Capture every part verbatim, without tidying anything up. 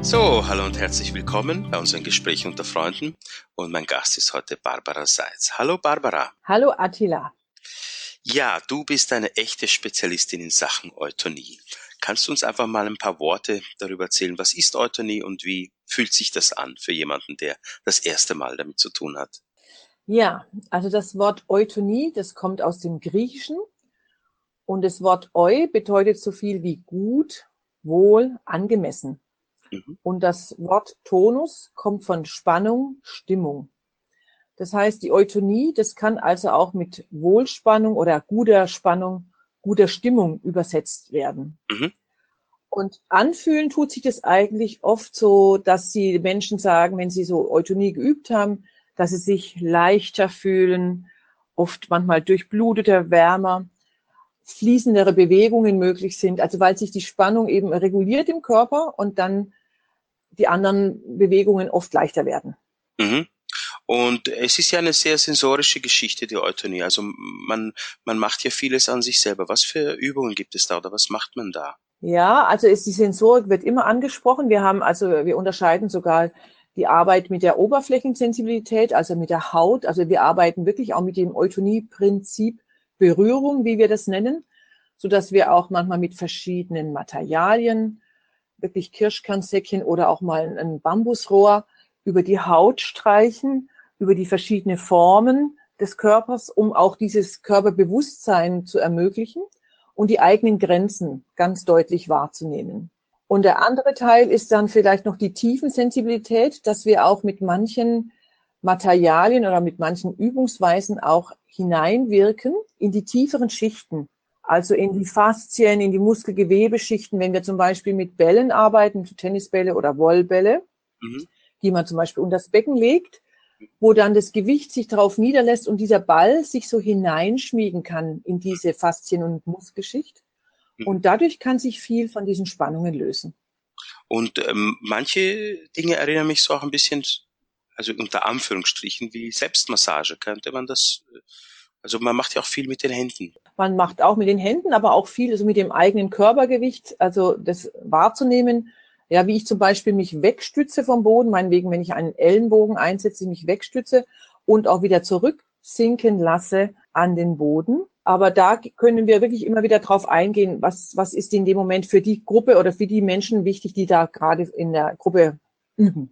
So, hallo und herzlich willkommen bei unserem Gespräch unter Freunden. Und mein Gast ist heute Barbara Seitz. Hallo Barbara. Hallo Attila. Ja, du bist eine echte Spezialistin in Sachen Eutonie. Kannst du uns einfach mal ein paar Worte darüber erzählen, was ist Eutonie und wie fühlt sich das an für jemanden, der das erste Mal damit zu tun hat? Ja, also das Wort Eutonie, das kommt aus dem Griechischen und das Wort Eu bedeutet so viel wie gut, wohl, angemessen. Mhm. Und das Wort Tonus kommt von Spannung, Stimmung. Das heißt, die Eutonie, das kann also auch mit Wohlspannung oder guter Spannung, guter Stimmung übersetzt werden. Mhm. Und anfühlen tut sich das eigentlich oft so, dass die Menschen sagen, wenn sie so Eutonie geübt haben, dass sie sich leichter fühlen, oft manchmal durchbluteter, wärmer, fließendere Bewegungen möglich sind, also weil sich die Spannung eben reguliert im Körper und dann die anderen Bewegungen oft leichter werden. Mhm. Und es ist ja eine sehr sensorische Geschichte, die Eutonie. Also man, man macht ja vieles an sich selber. Was für Übungen gibt es da oder was macht man da? Ja, also ist die Sensorik wird immer angesprochen. Wir haben also, wir unterscheiden sogar die Arbeit mit der Oberflächensensibilität, also mit der Haut. Also wir arbeiten wirklich auch mit dem Eutonie-Prinzip Berührung, wie wir das nennen, so dass wir auch manchmal mit verschiedenen Materialien, wirklich Kirschkernsäckchen oder auch mal ein Bambusrohr über die Haut streichen, über die verschiedenen Formen des Körpers, um auch dieses Körperbewusstsein zu ermöglichen und die eigenen Grenzen ganz deutlich wahrzunehmen. Und der andere Teil ist dann vielleicht noch die Tiefensensibilität, dass wir auch mit manchen Materialien oder mit manchen Übungsweisen auch hineinwirken in die tieferen Schichten, also in die Faszien, in die Muskelgewebeschichten, wenn wir zum Beispiel mit Bällen arbeiten, Tennisbälle oder Vollbälle, Mhm. die man zum Beispiel unter das Becken legt, wo dann das Gewicht sich darauf niederlässt und dieser Ball sich so hineinschmiegen kann in diese Faszien- und Muskelschicht. Mhm. Und dadurch kann sich viel von diesen Spannungen lösen. Und ähm, manche Dinge erinnern mich so auch ein bisschen, also unter Anführungsstrichen, wie Selbstmassage. Könnte man das, also man macht ja auch viel mit den Händen. Man macht auch mit den Händen, aber auch viel also mit dem eigenen Körpergewicht, also das wahrzunehmen. Ja, wie ich zum Beispiel mich wegstütze vom Boden, meinetwegen, wenn ich einen Ellenbogen einsetze, mich wegstütze und auch wieder zurücksinken lasse an den Boden. Aber da können wir wirklich immer wieder drauf eingehen, was, was ist in dem Moment für die Gruppe oder für die Menschen wichtig, die da gerade in der Gruppe üben.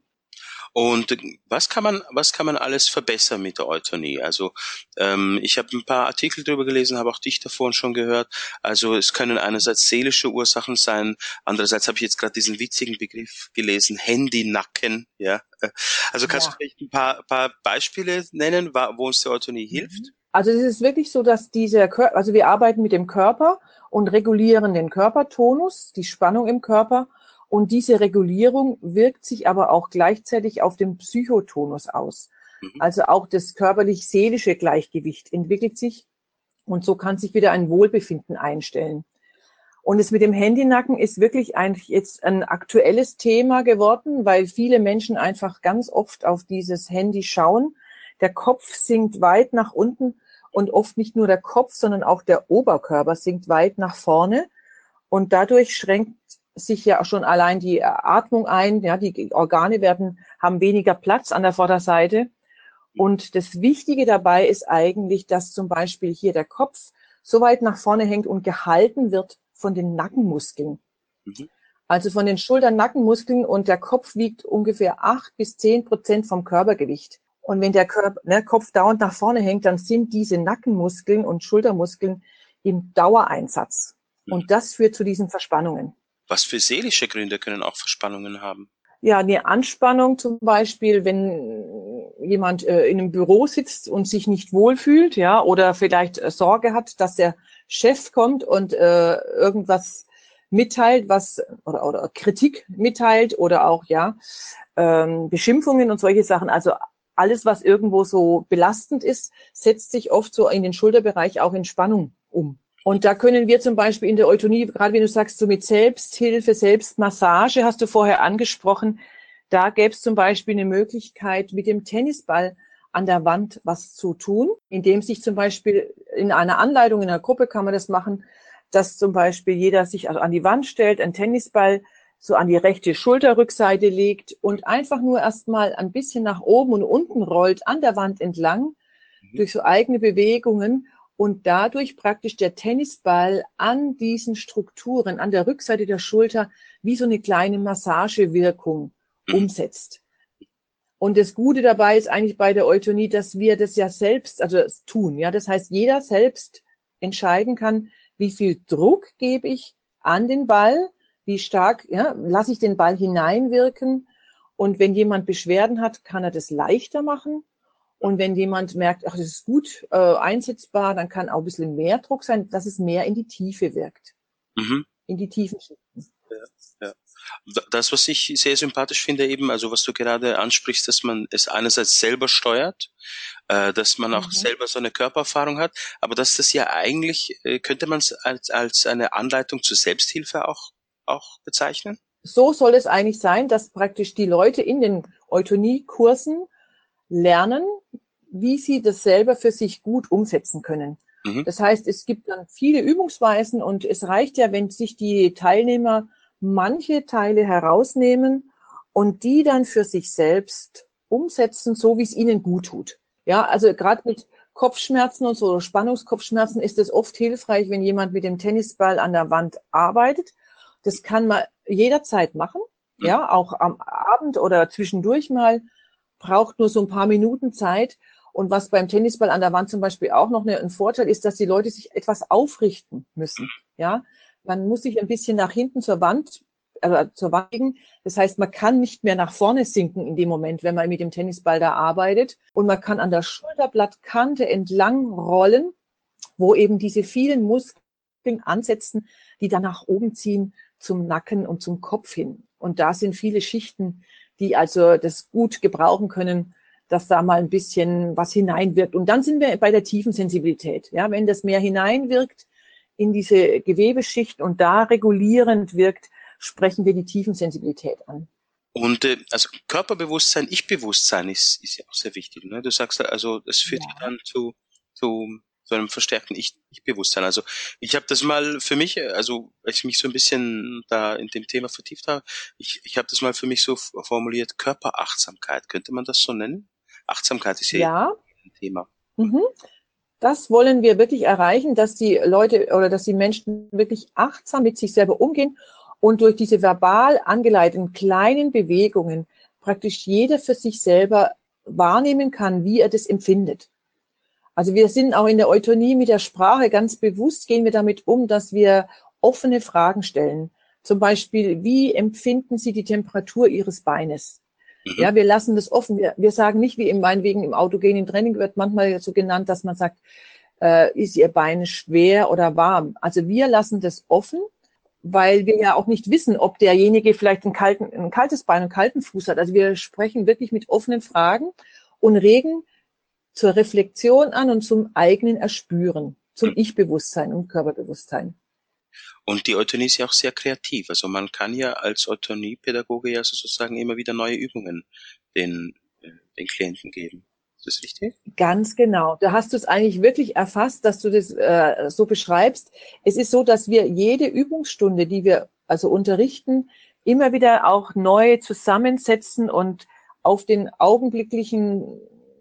Und was kann man, was kann man alles verbessern mit der Eutonie? Also ähm, ich habe ein paar Artikel darüber gelesen, habe auch dich davon schon gehört. Also es können einerseits seelische Ursachen sein, andererseits habe ich jetzt gerade diesen witzigen Begriff gelesen, Handynacken. Ja, also kannst du Ja. vielleicht ein paar, paar Beispiele nennen, wo uns die Eutonie hilft? Also es ist wirklich so, dass dieser Körper, also wir arbeiten mit dem Körper und regulieren den Körpertonus, die Spannung im Körper. Und diese Regulierung wirkt sich aber auch gleichzeitig auf den Psychotonus aus. Mhm. Also auch das körperlich-seelische Gleichgewicht entwickelt sich und so kann sich wieder ein Wohlbefinden einstellen. Und es mit dem Handynacken ist wirklich eigentlich jetzt ein aktuelles Thema geworden, weil viele Menschen einfach ganz oft auf dieses Handy schauen. Der Kopf sinkt weit nach unten und oft nicht nur der Kopf, sondern auch der Oberkörper sinkt weit nach vorne. Und dadurch schränkt sich ja schon allein die Atmung ein. Ja, die Organe werden, haben weniger Platz an der Vorderseite. Und das Wichtige dabei ist eigentlich, dass zum Beispiel hier der Kopf so weit nach vorne hängt und gehalten wird von den Nackenmuskeln. Mhm. Also von den Schultern-Nackenmuskeln, und der Kopf wiegt ungefähr acht bis zehn Prozent vom Körpergewicht. Und wenn der Körper, ne, Kopf dauernd nach vorne hängt, dann sind diese Nackenmuskeln und Schultermuskeln im Dauereinsatz. Mhm. Und das führt zu diesen Verspannungen. Was für seelische Gründe können auch Verspannungen haben? Ja, eine Anspannung zum Beispiel, wenn jemand äh, in einem Büro sitzt und sich nicht wohlfühlt, ja, oder vielleicht äh, Sorge hat, dass der Chef kommt und äh, irgendwas mitteilt, was oder, oder Kritik mitteilt oder auch ja ähm, Beschimpfungen und solche Sachen. Also alles, was irgendwo so belastend ist, setzt sich oft so in den Schulterbereich auch in Spannung um. Und da können wir zum Beispiel in der Eutonie, gerade wenn du sagst, so mit Selbsthilfe, Selbstmassage, hast du vorher angesprochen, da gäbe es zum Beispiel eine Möglichkeit, mit dem Tennisball an der Wand was zu tun, indem sich zum Beispiel in einer Anleitung, in einer Gruppe kann man das machen, dass zum Beispiel jeder sich also an die Wand stellt, einen Tennisball so an die rechte Schulterrückseite legt und einfach nur erstmal ein bisschen nach oben und unten rollt, an der Wand entlang, Mhm. durch so eigene Bewegungen und dadurch praktisch der Tennisball an diesen Strukturen, an der Rückseite der Schulter, wie so eine kleine Massagewirkung Mhm. umsetzt. Und das Gute dabei ist eigentlich bei der Eutonie, dass wir das ja selbst, also das tun. Ja, das heißt, jeder selbst entscheiden kann, wie viel Druck gebe ich an den Ball, wie stark, ja, lasse ich den Ball hineinwirken. Und wenn jemand Beschwerden hat, kann er das leichter machen. Und wenn jemand merkt, ach, das ist gut äh, einsetzbar, dann kann auch ein bisschen mehr Druck sein, dass es mehr in die Tiefe wirkt, Mhm. in die tiefen Schichten. Ja, ja. D- Das, was ich sehr sympathisch finde eben, also was du gerade ansprichst, dass man es einerseits selber steuert, äh, dass man auch Mhm. selber so eine Körpererfahrung hat, aber dass das ja eigentlich, äh, könnte man es als, als eine Anleitung zur Selbsthilfe auch, auch bezeichnen? So soll es eigentlich sein, dass praktisch die Leute in den Eutonie-Kursen lernen, wie sie das selber für sich gut umsetzen können. Mhm. Das heißt, es gibt dann viele Übungsweisen und es reicht ja, wenn sich die Teilnehmer manche Teile herausnehmen und die dann für sich selbst umsetzen, so wie es ihnen gut tut. Ja, also gerade mit Kopfschmerzen und so Spannungskopfschmerzen ist es oft hilfreich, wenn jemand mit dem Tennisball an der Wand arbeitet. Das kann man jederzeit machen, Mhm. ja, auch am Abend oder zwischendurch mal, braucht nur so ein paar Minuten Zeit. Und was beim Tennisball an der Wand zum Beispiel auch noch ein Vorteil ist, dass die Leute sich etwas aufrichten müssen. Ja, man muss sich ein bisschen nach hinten zur Wand, äh, zur Wand legen. Das heißt, man kann nicht mehr nach vorne sinken in dem Moment, wenn man mit dem Tennisball da arbeitet. Und man kann an der Schulterblattkante entlang rollen, wo eben diese vielen Muskeln ansetzen, die dann nach oben ziehen zum Nacken und zum Kopf hin. Und da sind viele Schichten, die also das gut gebrauchen können, dass da mal ein bisschen was hineinwirkt. Und dann sind wir bei der tiefen Sensibilität. Ja, wenn das mehr hineinwirkt in diese Gewebeschicht und da regulierend wirkt, sprechen wir die Tiefensensibilität an. Und äh, also Körperbewusstsein, Ich-Bewusstsein ist, ist ja auch sehr wichtig. Ne? Du sagst also, das führt ja Ja. dann zu, zu so einem verstärkten Ich- Ich-Bewusstsein. Also ich habe das mal für mich, äh, also als ich mich so ein bisschen da in dem Thema vertieft habe, ich, ich habe das mal für mich so f- formuliert, Körperachtsamkeit, könnte man das so nennen? Achtsamkeit ist ja Ja. ein Thema. Mhm. Das wollen wir wirklich erreichen, dass die Leute oder dass die Menschen wirklich achtsam mit sich selber umgehen und durch diese verbal angeleiteten kleinen Bewegungen praktisch jeder für sich selber wahrnehmen kann, wie er das empfindet. Also wir sind auch in der Eutonie mit der Sprache ganz bewusst, gehen wir damit um, dass wir offene Fragen stellen. Zum Beispiel, wie empfinden Sie die Temperatur Ihres Beines? Mhm. Ja, wir lassen das offen. Wir, wir sagen nicht, wie im meinetwegen im autogenen Training wird manchmal so genannt, dass man sagt, äh, ist Ihr Bein schwer oder warm? Also wir lassen das offen, weil wir ja auch nicht wissen, ob derjenige vielleicht ein, kalten, ein kaltes Bein, einen kalten Fuß hat. Also wir sprechen wirklich mit offenen Fragen und regen zur Reflexion an und zum eigenen Erspüren, zum Ich-Bewusstsein und Körperbewusstsein. Und die Eutonie ist ja auch sehr kreativ. Also man kann ja als Eutoniepädagoge ja sozusagen immer wieder neue Übungen den, äh, den Klienten geben. Ist das richtig? Ganz genau. Da hast du es eigentlich wirklich erfasst, dass du das äh, so beschreibst. Es ist so, dass wir jede Übungsstunde, die wir also unterrichten, immer wieder auch neu zusammensetzen und auf den augenblicklichen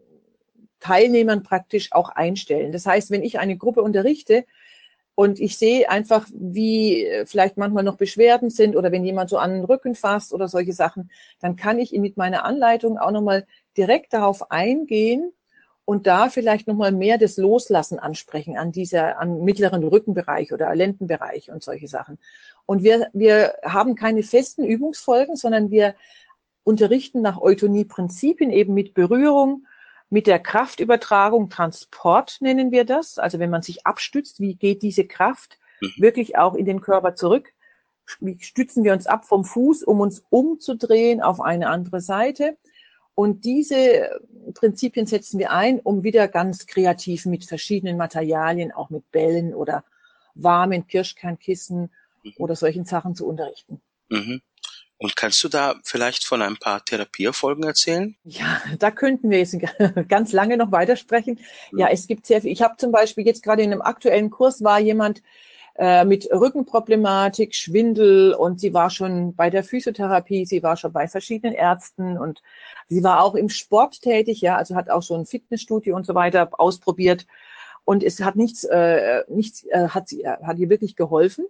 Teilnehmern praktisch auch einstellen. Das heißt, wenn ich eine Gruppe unterrichte, und ich sehe einfach, wie vielleicht manchmal noch Beschwerden sind oder wenn jemand so an den Rücken fasst oder solche Sachen, dann kann ich mit meiner Anleitung auch nochmal direkt darauf eingehen und da vielleicht nochmal mehr das Loslassen ansprechen an dieser, am mittleren Rückenbereich oder Lendenbereich und solche Sachen. Und wir, wir haben keine festen Übungsfolgen, sondern wir unterrichten nach Eutonie-Prinzipien eben mit Berührung, mit der Kraftübertragung, Transport nennen wir das. Also wenn man sich abstützt, wie geht diese Kraft Mhm. wirklich auch in den Körper zurück? Wie stützen wir uns ab vom Fuß, um uns umzudrehen auf eine andere Seite? Und diese Prinzipien setzen wir ein, um wieder ganz kreativ mit verschiedenen Materialien, auch mit Bällen oder warmen Kirschkernkissen Mhm. oder solchen Sachen zu unterrichten. Mhm. Und kannst du da vielleicht von ein paar Therapieerfolgen erzählen? Ja, da könnten wir jetzt ganz lange noch weitersprechen. Mhm. Ja, es gibt sehr viel. Ich habe zum Beispiel jetzt gerade in einem aktuellen Kurs war jemand, äh, mit Rückenproblematik, Schwindel, und sie war schon bei der Physiotherapie, sie war schon bei verschiedenen Ärzten und sie war auch im Sport tätig, ja, also hat auch so ein Fitnessstudio und so weiter ausprobiert, und es hat nichts, äh, nichts äh, hat sie äh, hat ihr wirklich geholfen.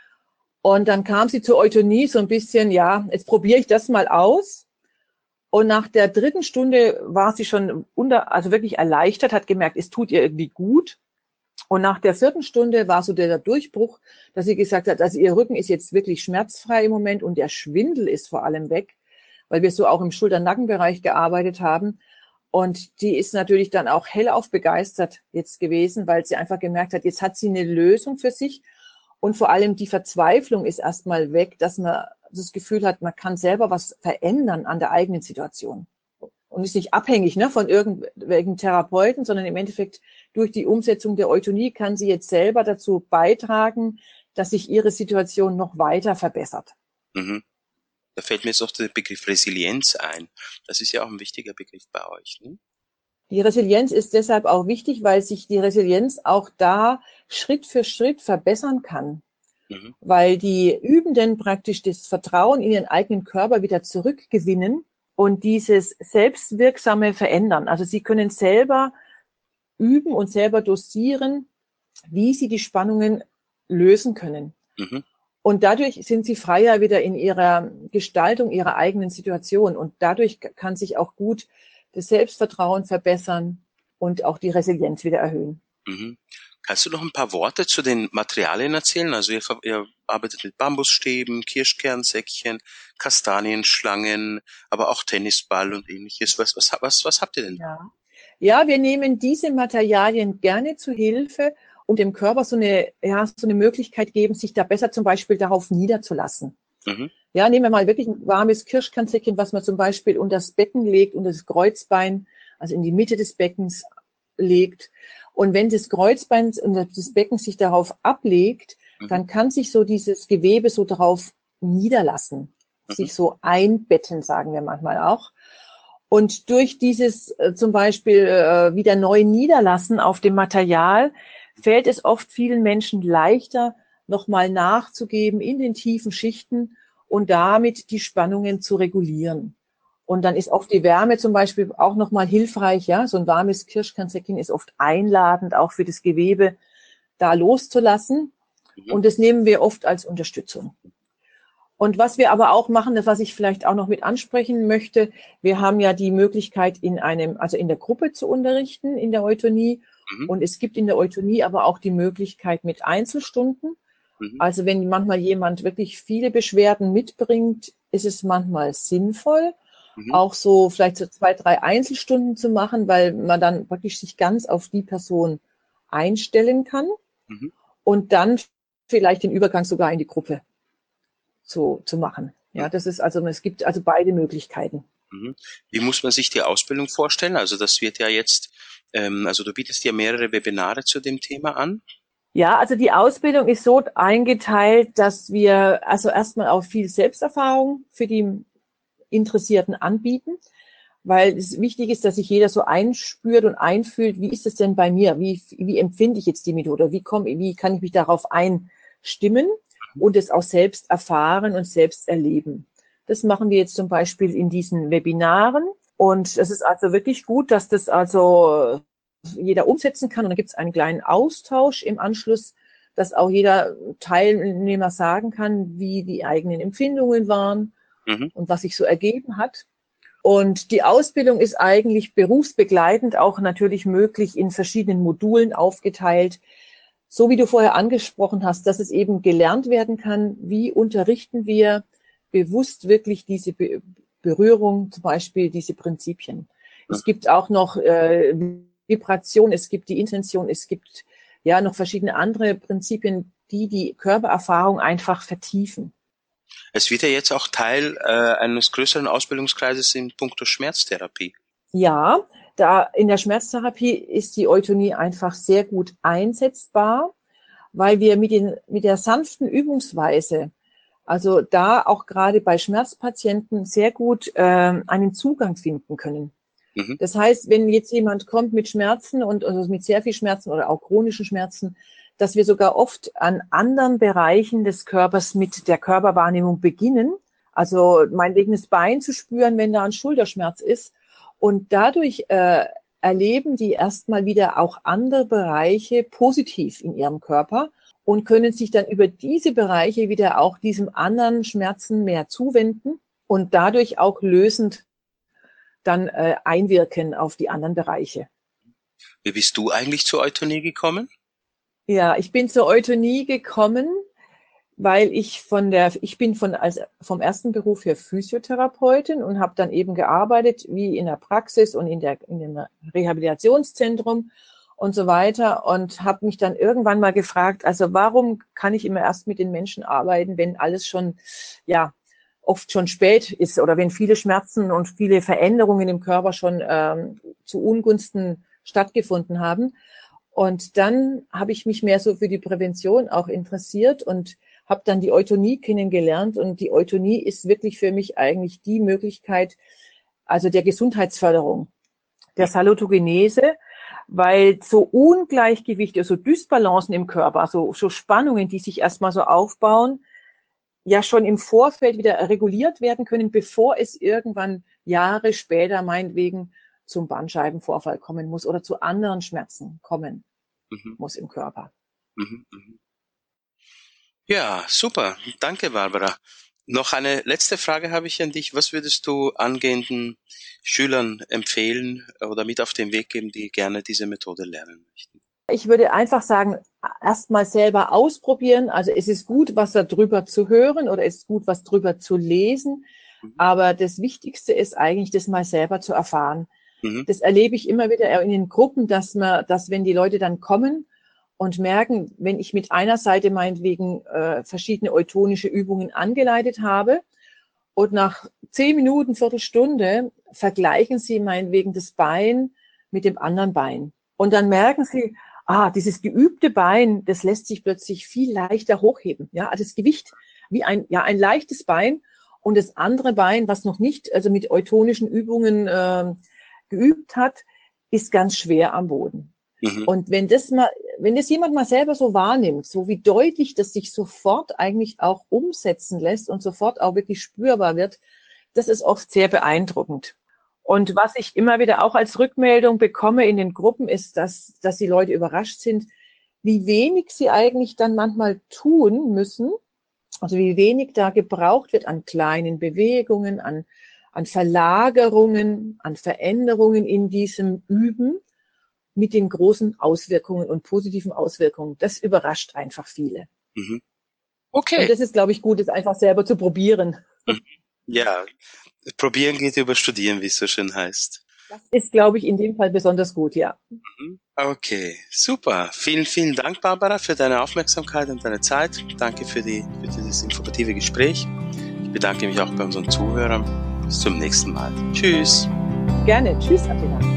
Und dann kam sie zur Eutonie so ein bisschen, ja, jetzt probiere ich das mal aus. Und nach der dritten Stunde war sie schon unter, also wirklich erleichtert, hat gemerkt, es tut ihr irgendwie gut. Und nach der vierten Stunde war so der Durchbruch, dass sie gesagt hat, also ihr Rücken ist jetzt wirklich schmerzfrei im Moment und der Schwindel ist vor allem weg, weil wir so auch im Schulter-Nackenbereich gearbeitet haben. Und die ist natürlich dann auch hellauf begeistert jetzt gewesen, weil sie einfach gemerkt hat, jetzt hat sie eine Lösung für sich. Und vor allem die Verzweiflung ist erstmal weg, dass man das Gefühl hat, man kann selber was verändern an der eigenen Situation. Und ist nicht abhängig, ne, von irgendwelchen Therapeuten, sondern im Endeffekt durch die Umsetzung der Eutonie kann sie jetzt selber dazu beitragen, dass sich ihre Situation noch weiter verbessert. Mhm. Da fällt mir jetzt auch der Begriff Resilienz ein. Das ist ja auch ein wichtiger Begriff bei euch, ne? Die Resilienz ist deshalb auch wichtig, weil sich die Resilienz auch da Schritt für Schritt verbessern kann. Mhm. Weil die Übenden praktisch das Vertrauen in ihren eigenen Körper wieder zurückgewinnen und dieses selbstwirksame verändern. Also sie können selber üben und selber dosieren, wie sie die Spannungen lösen können. Mhm. Und dadurch sind sie freier wieder in ihrer Gestaltung ihrer eigenen Situation. Und dadurch kann sich auch gut das Selbstvertrauen verbessern und auch die Resilienz wieder erhöhen. Mhm. Kannst du noch ein paar Worte zu den Materialien erzählen? Also ihr, ihr arbeitet mit Bambusstäben, Kirschkernsäckchen, Kastanienschlangen, aber auch Tennisball und ähnliches. Was, was, was, was habt ihr denn? Ja. ja, wir nehmen diese Materialien gerne zu Hilfe, um dem Körper so eine, ja, so eine Möglichkeit geben, sich da besser zum Beispiel darauf niederzulassen. Mhm. Ja, nehmen wir mal wirklich ein warmes Kirschkernsäckchen, was man zum Beispiel unter das Becken legt, unter das Kreuzbein, also in die Mitte des Beckens legt. Und wenn das Kreuzbein und das Becken sich darauf ablegt, mhm. dann kann sich so dieses Gewebe so darauf niederlassen, mhm. sich so einbetten, sagen wir manchmal auch. Und durch dieses äh, zum Beispiel äh, wieder neu niederlassen auf dem Material fällt es oft vielen Menschen leichter, nochmal nachzugeben in den tiefen Schichten und damit die Spannungen zu regulieren. Und dann ist oft die Wärme zum Beispiel auch nochmal hilfreich. Ja, so ein warmes Kirschkernsäckchen ist oft einladend, auch für das Gewebe da loszulassen. Mhm. Und das nehmen wir oft als Unterstützung. Und was wir aber auch machen, das was ich vielleicht auch noch mit ansprechen möchte, wir haben ja die Möglichkeit in einem, also in der Gruppe zu unterrichten, in der Eutonie. Mhm. Und es gibt in der Eutonie aber auch die Möglichkeit mit Einzelstunden. Mhm. Also wenn manchmal jemand wirklich viele Beschwerden mitbringt, ist es manchmal sinnvoll, mhm. auch so vielleicht so zwei, drei Einzelstunden zu machen, weil man dann wirklich sich ganz auf die Person einstellen kann, mhm. und dann vielleicht den Übergang sogar in die Gruppe zu, zu machen. Ja, das ist also, es gibt also beide Möglichkeiten. Wie muss man sich die Ausbildung vorstellen? Also das wird ja jetzt, ähm, also du bietest ja mehrere Webinare zu dem Thema an. Ja, also die Ausbildung ist so eingeteilt, dass wir also erstmal auch viel Selbsterfahrung für die Interessierten anbieten, weil es wichtig ist, dass sich jeder so einspürt und einfühlt, wie ist es denn bei mir? Wie, wie empfinde ich jetzt die Methode? Wie komme, wie kann ich mich darauf einstimmen und es auch selbst erfahren und selbst erleben? Das machen wir jetzt zum Beispiel in diesen Webinaren. Und es ist also wirklich gut, dass das also jeder umsetzen kann. Und dann gibt es einen kleinen Austausch im Anschluss, dass auch jeder Teilnehmer sagen kann, wie die eigenen Empfindungen waren, mhm. und was sich so ergeben hat. Und die Ausbildung ist eigentlich berufsbegleitend auch natürlich möglich, in verschiedenen Modulen aufgeteilt. So wie du vorher angesprochen hast, dass es eben gelernt werden kann, wie unterrichten wir bewusst wirklich diese Be- Berührung, zum Beispiel diese Prinzipien. Mhm. Es gibt auch noch äh, Vibration, es gibt die Intention, es gibt ja noch verschiedene andere Prinzipien, die die Körpererfahrung einfach vertiefen. Es wird ja jetzt auch Teil äh, eines größeren Ausbildungskreises in puncto Schmerztherapie. Ja, da in der Schmerztherapie ist die Eutonie einfach sehr gut einsetzbar, weil wir mit, den, mit der sanften Übungsweise, also da auch gerade bei Schmerzpatienten sehr gut äh, einen Zugang finden können. Mhm. Das heißt, wenn jetzt jemand kommt mit Schmerzen und also mit sehr viel Schmerzen oder auch chronischen Schmerzen, dass wir sogar oft an anderen Bereichen des Körpers mit der Körperwahrnehmung beginnen. Also meinetwegen das Bein zu spüren, wenn da ein Schulterschmerz ist. Und dadurch äh, erleben die erstmal wieder auch andere Bereiche positiv in ihrem Körper und können sich dann über diese Bereiche wieder auch diesem anderen Schmerzen mehr zuwenden und dadurch auch lösend dann äh, einwirken auf die anderen Bereiche. Wie bist du eigentlich zur Eutonie gekommen? Ja, ich bin zur Eutonie gekommen, weil ich von der, ich bin von als vom ersten Beruf her Physiotherapeutin und habe dann eben gearbeitet wie in der Praxis und in der in dem Rehabilitationszentrum und so weiter und habe mich dann irgendwann mal gefragt, also warum kann ich immer erst mit den Menschen arbeiten, wenn alles schon ja oft schon spät ist oder wenn viele Schmerzen und viele Veränderungen im Körper schon ähm, zu Ungunsten stattgefunden haben. Und dann habe ich mich mehr so für die Prävention auch interessiert und habe dann die Eutonie kennengelernt. Und die Eutonie ist wirklich für mich eigentlich die Möglichkeit, also der Gesundheitsförderung, der Salutogenese, weil so Ungleichgewichte, so Dysbalancen im Körper, so, so Spannungen, die sich erstmal so aufbauen, ja schon im Vorfeld wieder reguliert werden können, bevor es irgendwann Jahre später meinetwegen zum Bandscheibenvorfall kommen muss oder zu anderen Schmerzen kommen mhm. muss im Körper. Mhm, mhm. Ja, super. Danke, Barbara. Noch eine letzte Frage habe ich an dich. Was würdest du angehenden Schülern empfehlen oder mit auf den Weg geben, die gerne diese Methode lernen möchten? Ich würde einfach sagen, erstmal selber ausprobieren. Also es ist gut, was darüber zu hören oder es ist gut, was darüber zu lesen. Mhm. Aber das Wichtigste ist eigentlich, das mal selber zu erfahren. Mhm. Das erlebe ich immer wieder in den Gruppen, dass man, dass wenn die Leute dann kommen und merken, wenn ich mit einer Seite meinetwegen äh, verschiedene eutonische Übungen angeleitet habe und nach zehn Minuten, Viertelstunde vergleichen sie meinetwegen das Bein mit dem anderen Bein. Und dann merken sie, ah, dieses geübte Bein, das lässt sich plötzlich viel leichter hochheben. Ja, also das Gewicht wie ein, ja, ein leichtes Bein und das andere Bein, was noch nicht, also mit eutonischen Übungen äh, geübt hat, ist ganz schwer am Boden. Mhm. Und wenn das mal, wenn das jemand mal selber so wahrnimmt, so wie deutlich das sich sofort eigentlich auch umsetzen lässt und sofort auch wirklich spürbar wird, das ist oft sehr beeindruckend. Und was ich immer wieder auch als Rückmeldung bekomme in den Gruppen ist, dass, dass die Leute überrascht sind, wie wenig sie eigentlich dann manchmal tun müssen, also wie wenig da gebraucht wird an kleinen Bewegungen, an, an Verlagerungen, an Veränderungen in diesem Üben mit den großen Auswirkungen und positiven Auswirkungen. Das überrascht einfach viele. Mhm. Okay. Und das ist, glaube ich, gut, es einfach selber zu probieren. Ja, probieren geht über studieren, wie es so schön heißt. Das ist, glaube ich, in dem Fall besonders gut, ja. Okay, super. Vielen, vielen Dank, Barbara, für deine Aufmerksamkeit und deine Zeit. Danke für, die, für dieses informative Gespräch. Ich bedanke mich auch bei unseren Zuhörern. Bis zum nächsten Mal. Tschüss. Gerne. Tschüss, Attila.